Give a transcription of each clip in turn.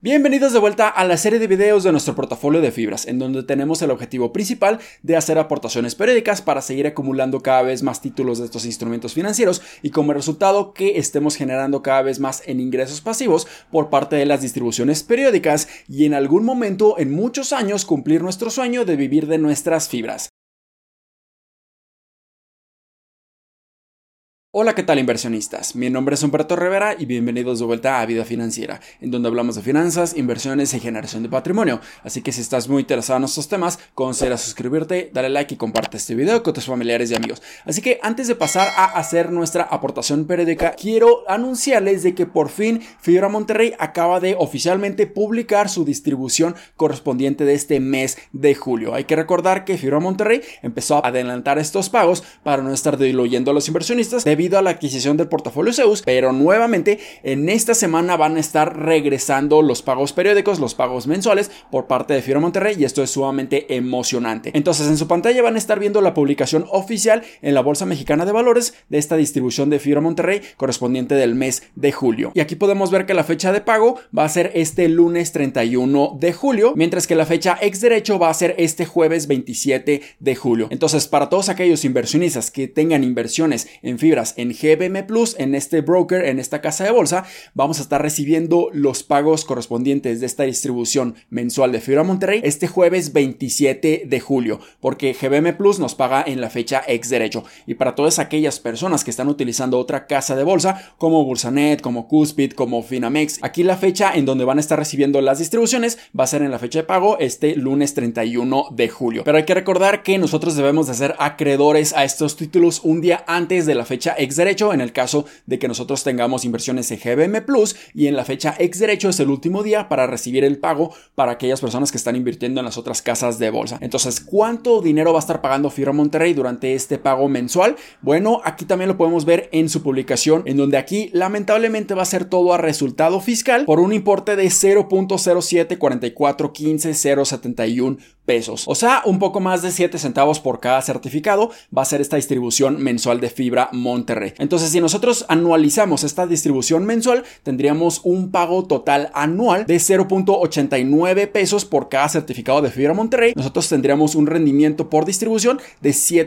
Bienvenidos de vuelta a la serie de videos de nuestro portafolio de fibras, en donde tenemos el objetivo principal de hacer aportaciones periódicas para seguir acumulando cada vez más títulos de estos instrumentos financieros y como resultado que estemos generando cada vez más en ingresos pasivos por parte de las distribuciones periódicas y en algún momento en muchos años cumplir nuestro sueño de vivir de nuestras fibras. Hola, ¿qué tal inversionistas? Mi nombre es Humberto Rivera y bienvenidos de vuelta a Vida Financiera, en donde hablamos de finanzas, inversiones y generación de patrimonio. Así que si estás muy interesado en estos temas, considera suscribirte, dale like y comparte este video con tus familiares y amigos. Así que antes de pasar a hacer nuestra aportación periódica, quiero anunciarles de que por fin Fibra Monterrey acaba de oficialmente publicar su distribución correspondiente de este mes de julio. Hay que recordar que Fibra Monterrey empezó a adelantar estos pagos para no estar diluyendo a los inversionistas debido a la adquisición del portafolio Zeus, pero nuevamente en esta semana van a estar regresando los pagos periódicos, los pagos mensuales por parte de Fibra Monterrey y esto es sumamente emocionante. Entonces en su pantalla van a estar viendo la publicación oficial en la Bolsa Mexicana de Valores de esta distribución de Fibra Monterrey correspondiente del mes de julio. Y aquí podemos ver que la fecha de pago va a ser este lunes 31 de julio, mientras que la fecha ex derecho va a ser este jueves 27 de julio. Entonces para todos aquellos inversionistas que tengan inversiones en fibras en GBM Plus, en este broker, en esta casa de bolsa, vamos a estar recibiendo los pagos correspondientes de esta distribución mensual de Fibra Monterrey este jueves 27 de julio, porque GBM Plus nos paga en la fecha ex derecho. Y para todas aquellas personas que están utilizando otra casa de bolsa, como Bursanet, como Cuspid, como Finamex, aquí la fecha en donde van a estar recibiendo las distribuciones va a ser en la fecha de pago este lunes 31 de julio. Pero hay que recordar que nosotros debemos de ser acreedores a estos títulos un día antes de la fecha ex derecho en el caso de que nosotros tengamos inversiones en GBM Plus y en la fecha ex derecho es el último día para recibir el pago para aquellas personas que están invirtiendo en las otras casas de bolsa. Entonces, ¿cuánto dinero va a estar pagando Fibra Monterrey durante este pago mensual? Bueno, aquí también lo podemos ver en su publicación, en donde aquí lamentablemente va a ser todo a resultado fiscal por un importe de 0.074415.071 pesos. O sea, un poco más de 7 centavos por cada certificado va a ser esta distribución mensual de Fibra Monterrey. Entonces, si nosotros anualizamos esta distribución mensual, tendríamos un pago total anual de 0.89 pesos por cada certificado de Fibra Monterrey. Nosotros tendríamos un rendimiento por distribución de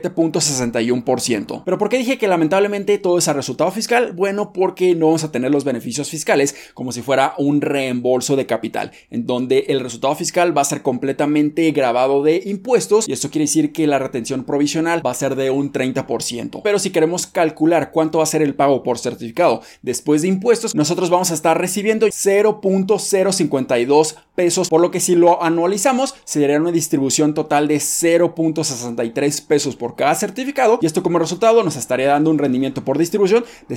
7.61%. ¿Pero por qué dije que lamentablemente todo es a resultado fiscal? Bueno, porque no vamos a tener los beneficios fiscales como si fuera un reembolso de capital, en donde el resultado fiscal va a ser completamente grabado de impuestos y esto quiere decir que la retención provisional va a ser de un 30%. Pero si queremos calcular cuánto va a ser el pago por certificado después de impuestos, nosotros vamos a estar recibiendo 0.052 pesos, por lo que si lo anualizamos sería una distribución total de 0.63 pesos por cada certificado y esto como resultado nos estaría dando un rendimiento por distribución de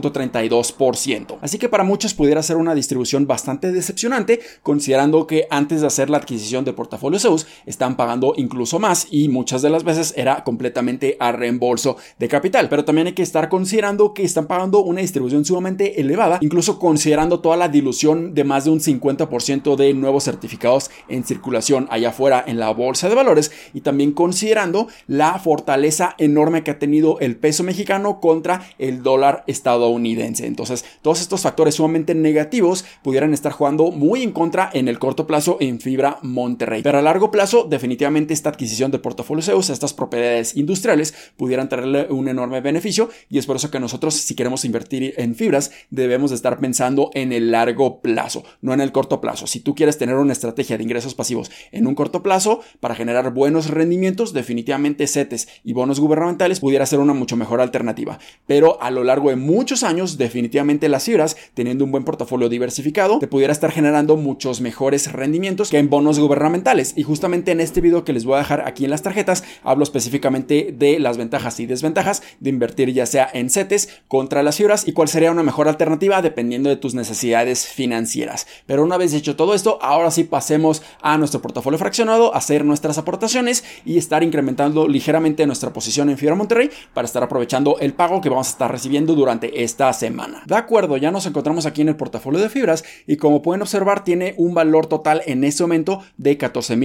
5.32%. Así que para muchos pudiera ser una distribución bastante decepcionante, considerando que antes de hacer la adquisición de portafolio Zeus están pagando incluso más y muchas de las veces era completamente a reembolso de capital. Pero también hay que estar considerando que están pagando una distribución sumamente elevada, incluso considerando toda la dilución de más de un 50% de nuevos certificados en circulación allá afuera en la bolsa de valores y también considerando la fortaleza enorme que ha tenido el peso mexicano contra el dólar estadounidense. Entonces, todos estos factores sumamente negativos pudieran estar jugando muy en contra en el corto plazo en Fibra Monterrey. Pero a largo plazo, definitivamente esta adquisición del portafolio Zeus, estas propiedades industriales, pudieran traerle un enorme beneficio y es por eso que nosotros, si queremos invertir en fibras, debemos de estar pensando en el largo plazo, no en el corto plazo. Si tú quieres tener una estrategia de ingresos pasivos en un corto plazo para generar buenos rendimientos, definitivamente CETES y bonos gubernamentales pudiera ser una mucho mejor alternativa. Pero a lo largo de muchos años, definitivamente las fibras, teniendo un buen portafolio diversificado, te pudiera estar generando muchos mejores rendimientos que en bonos gubernamentales. Y justamente en este video que les voy a dejar aquí en las tarjetas, hablo específicamente de las ventajas y desventajas de invertir ya sea en CETES contra las fibras y cuál sería una mejor alternativa dependiendo de tus necesidades financieras. Pero una vez hecho todo esto, ahora sí pasemos a nuestro portafolio fraccionado, hacer nuestras aportaciones y estar incrementando ligeramente nuestra posición en Fibra Monterrey para estar aprovechando el pago que vamos a estar recibiendo durante esta semana. De acuerdo, ya nos encontramos aquí en el portafolio de fibras y como pueden observar tiene un valor total en este momento de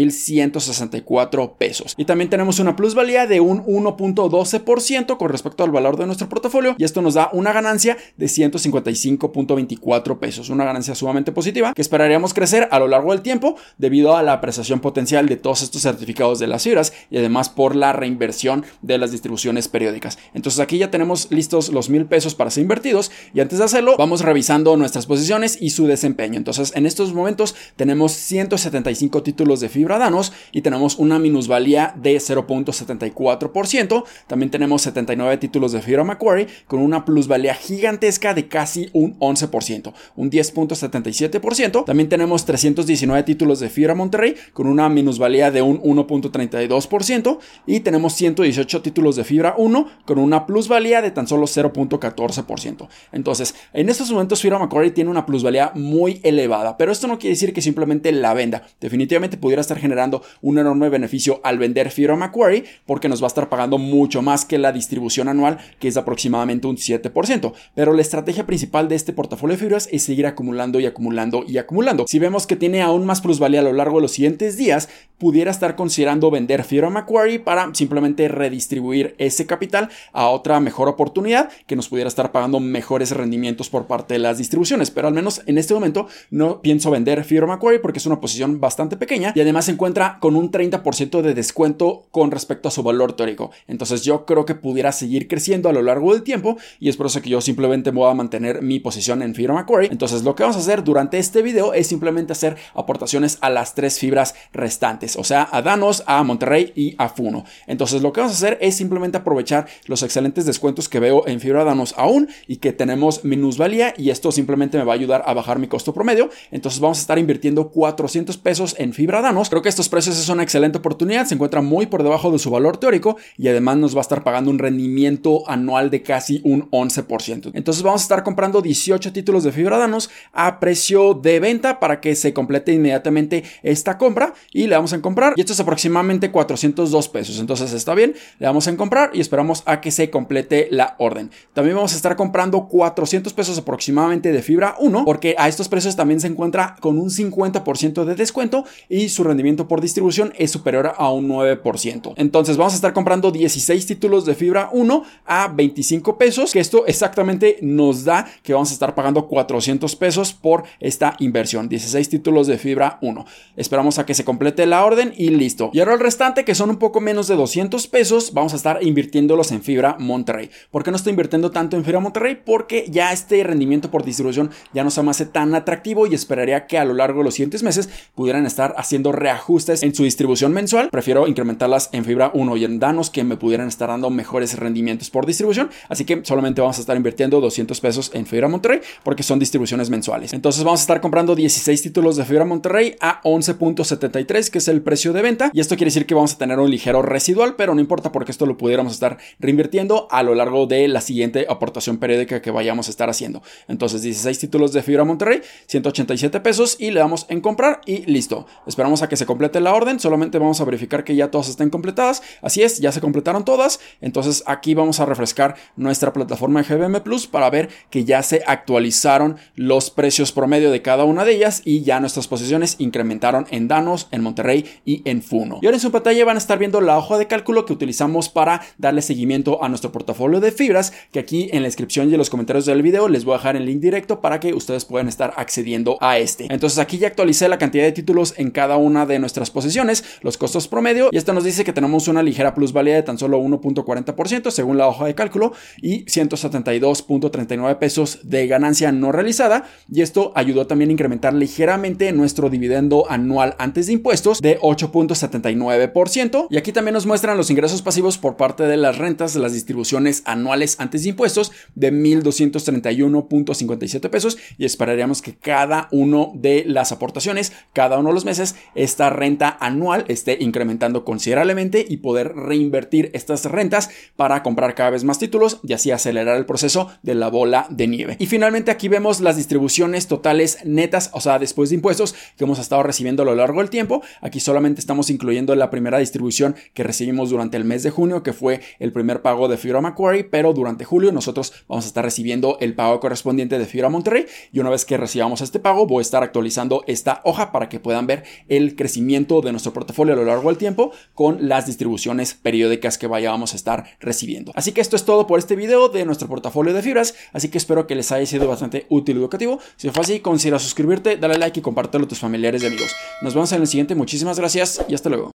14,164 pesos. Y también tenemos una plusvalía de un 1.12% con respecto al valor de nuestro portafolio y esto nos da una ganancia de 155.24 pesos, una ganancia sumamente positiva que esperaríamos crecer a lo largo del tiempo debido a la apreciación potencial de todos estos certificados de las fibras y además por la reinversión de las distribuciones periódicas. Entonces aquí ya tenemos listos los 1,000 pesos para ser invertidos y antes de hacerlo vamos revisando nuestras posiciones y su desempeño. Entonces en estos momentos tenemos 175 títulos de fibra Danos y tenemos una minusvalía de 0.74%. También tenemos 79 títulos de fibra Macquarie con una plusvalía gigantesca de casi un 11%, un 10.77%. También tenemos 319 títulos de fibra Monterrey con una minusvalía de un 1.32% y tenemos 118 títulos de fibra 1 con una plusvalía de tan solo 0.14%. Entonces, en estos momentos Fibra Macquarie tiene una plusvalía muy elevada, pero esto no quiere decir que simplemente la venda. Definitivamente pudiera estar generando un enorme beneficio al vender Fibra Macquarie porque nos va a estar pagando mucho más que la distribución anual, que es de aproximadamente un 7%. Pero la estrategia principal de este portafolio de fibras es seguir acumulando y acumulando y acumulando. Si vemos que tiene aún más plusvalía a lo largo de los siguientes días, pudiera estar considerando vender Fibra Macquarie para simplemente redistribuir ese capital a otra mejor oportunidad que nos pudiera estar pagando mejores rendimientos por parte de las distribuciones, pero al menos en este momento no pienso vender Fibra Macquarie porque es una posición bastante pequeña y además se encuentra con un 30% de descuento con respecto a su valor teórico. Entonces yo creo que pudiera seguir creciendo a lo largo del tiempo y es por eso que yo simplemente voy a mantener mi posición en Fibra Macquarie. Entonces lo que vamos a hacer durante este video es simplemente hacer aportaciones a las tres fibras restantes, o sea, a Danos, a Monterrey y a Funo. Entonces lo que vamos a hacer es simplemente aprovechar los excelentes descuentos que veo en Fibra Danos aún y que tenemos minusvalía y esto simplemente me va a ayudar a bajar mi costo promedio. Entonces vamos a estar invirtiendo 400 pesos en Fibra Danos. Creo que estos precios es una excelente oportunidad, se encuentra muy por debajo de su valor teórico y además nos va a estar pagando un rendimiento anual de casi un 11%. Entonces vamos a estar comprando 18 títulos de Fibra Danos a precio de venta para que se complete inmediatamente esta compra y le vamos a comprar y esto es aproximadamente 402 pesos. Entonces está bien, le vamos a comprar y esperamos a que se complete la orden. También vamos a estar comprando 400 pesos aproximadamente de Fibra 1 porque a estos precios también se encuentra con un 50% de descuento y su rendimiento por distribución es superior a un 9%. Entonces vamos a estar comprando 16 títulos de Fibra 1 a 25 pesos, que esto exactamente nos da que vamos a estar pagando 400 pesos por esta inversión. 16 títulos de Fibra 1. Esperamos a que se complete la orden y listo. Y ahora el restante, que son un poco menos de 200 pesos, vamos a estar invirtiéndolos en Fibra Monterrey. ¿Por qué no estoy invirtiendo tanto en Fibra Monterrey? Porque ya este rendimiento por distribución ya no se me hace tan atractivo y esperaría que a lo largo de los siguientes meses pudieran estar haciendo reajustes en su distribución mensual. Prefiero incrementarlas en Fibra 1 y en Danos que me pudieran estar dando mejores rendimientos por distribución. Así que solamente vamos a estar invirtiendo 200 pesos en Fibra Monterrey porque son distribuciones mensuales. Entonces vamos a estar comprando 16 títulos de Fibra Monterrey a 11.73, que es el precio de venta. Y esto quiere decir que vamos a tener un ligero residual, pero no importa porque esto lo pudiéramos estar reinvirtiendo a lo largo de la siguiente aportación periódica que vayamos a estar haciendo. Entonces 16 títulos de Fibra Monterrey, 187 pesos y le damos en comprar y listo. Esperamos a que se complete la orden, solamente vamos a verificar que ya todas estén completadas. Así es, ya se completaron todas. Entonces aquí vamos a refrescar nuestra plataforma de GBM Plus para ver que ya se actualizaron los precios promedio de cada una de ellas y ya nuestras posiciones incrementaron en Danos, en Monterrey y en Funo. Y ahora en su pantalla van a estar viendo la hoja de cálculo que utilizamos para darle seguimiento a nuestro portafolio de fibras, que aquí en la descripción y en los comentarios del video les voy a dejar el link directo para que ustedes puedan estar accediendo a este. Entonces aquí ya actualicé la cantidad de títulos en cada una de nuestras posiciones, los costos promedio, y esto nos dice que tenemos una ligera plusvalía de tan solo 1.40% según la hoja de cálculo y 172.39 pesos de ganancia no realizada, y esto ayudó también a incrementar ligeramente nuestro dividendo anual antes de impuestos de 8.79%, y aquí también nos muestran los ingresos pasivos por parte de las rentas de las distribuciones anuales antes de impuestos de 1.231.57 pesos, y esperaríamos que cada uno de las aportaciones, cada uno de los meses, esta renta anual esté incrementando considerablemente y poder reinvertir estas rentas para comprar cada vez más títulos y así acelerar el proceso de la bola de nieve. Y finalmente aquí vemos las distribuciones totales netas, o sea, después de impuestos impuestos que hemos estado recibiendo a lo largo del tiempo. Aquí solamente estamos incluyendo la primera distribución que recibimos durante el mes de junio, que fue el primer pago de Fibra Macquarie, pero durante julio nosotros vamos a estar recibiendo el pago correspondiente de Fibra Monterrey, y una vez que recibamos este pago voy a estar actualizando esta hoja para que puedan ver el crecimiento de nuestro portafolio a lo largo del tiempo con las distribuciones periódicas que vayamos a estar recibiendo. Así que esto es todo por este video de nuestro portafolio de fibras, así que espero que les haya sido bastante útil y educativo. Si fue así, considera suscribirte, dale like y compártelo a tus familiares y amigos. Nos vemos en el siguiente, muchísimas gracias y hasta luego.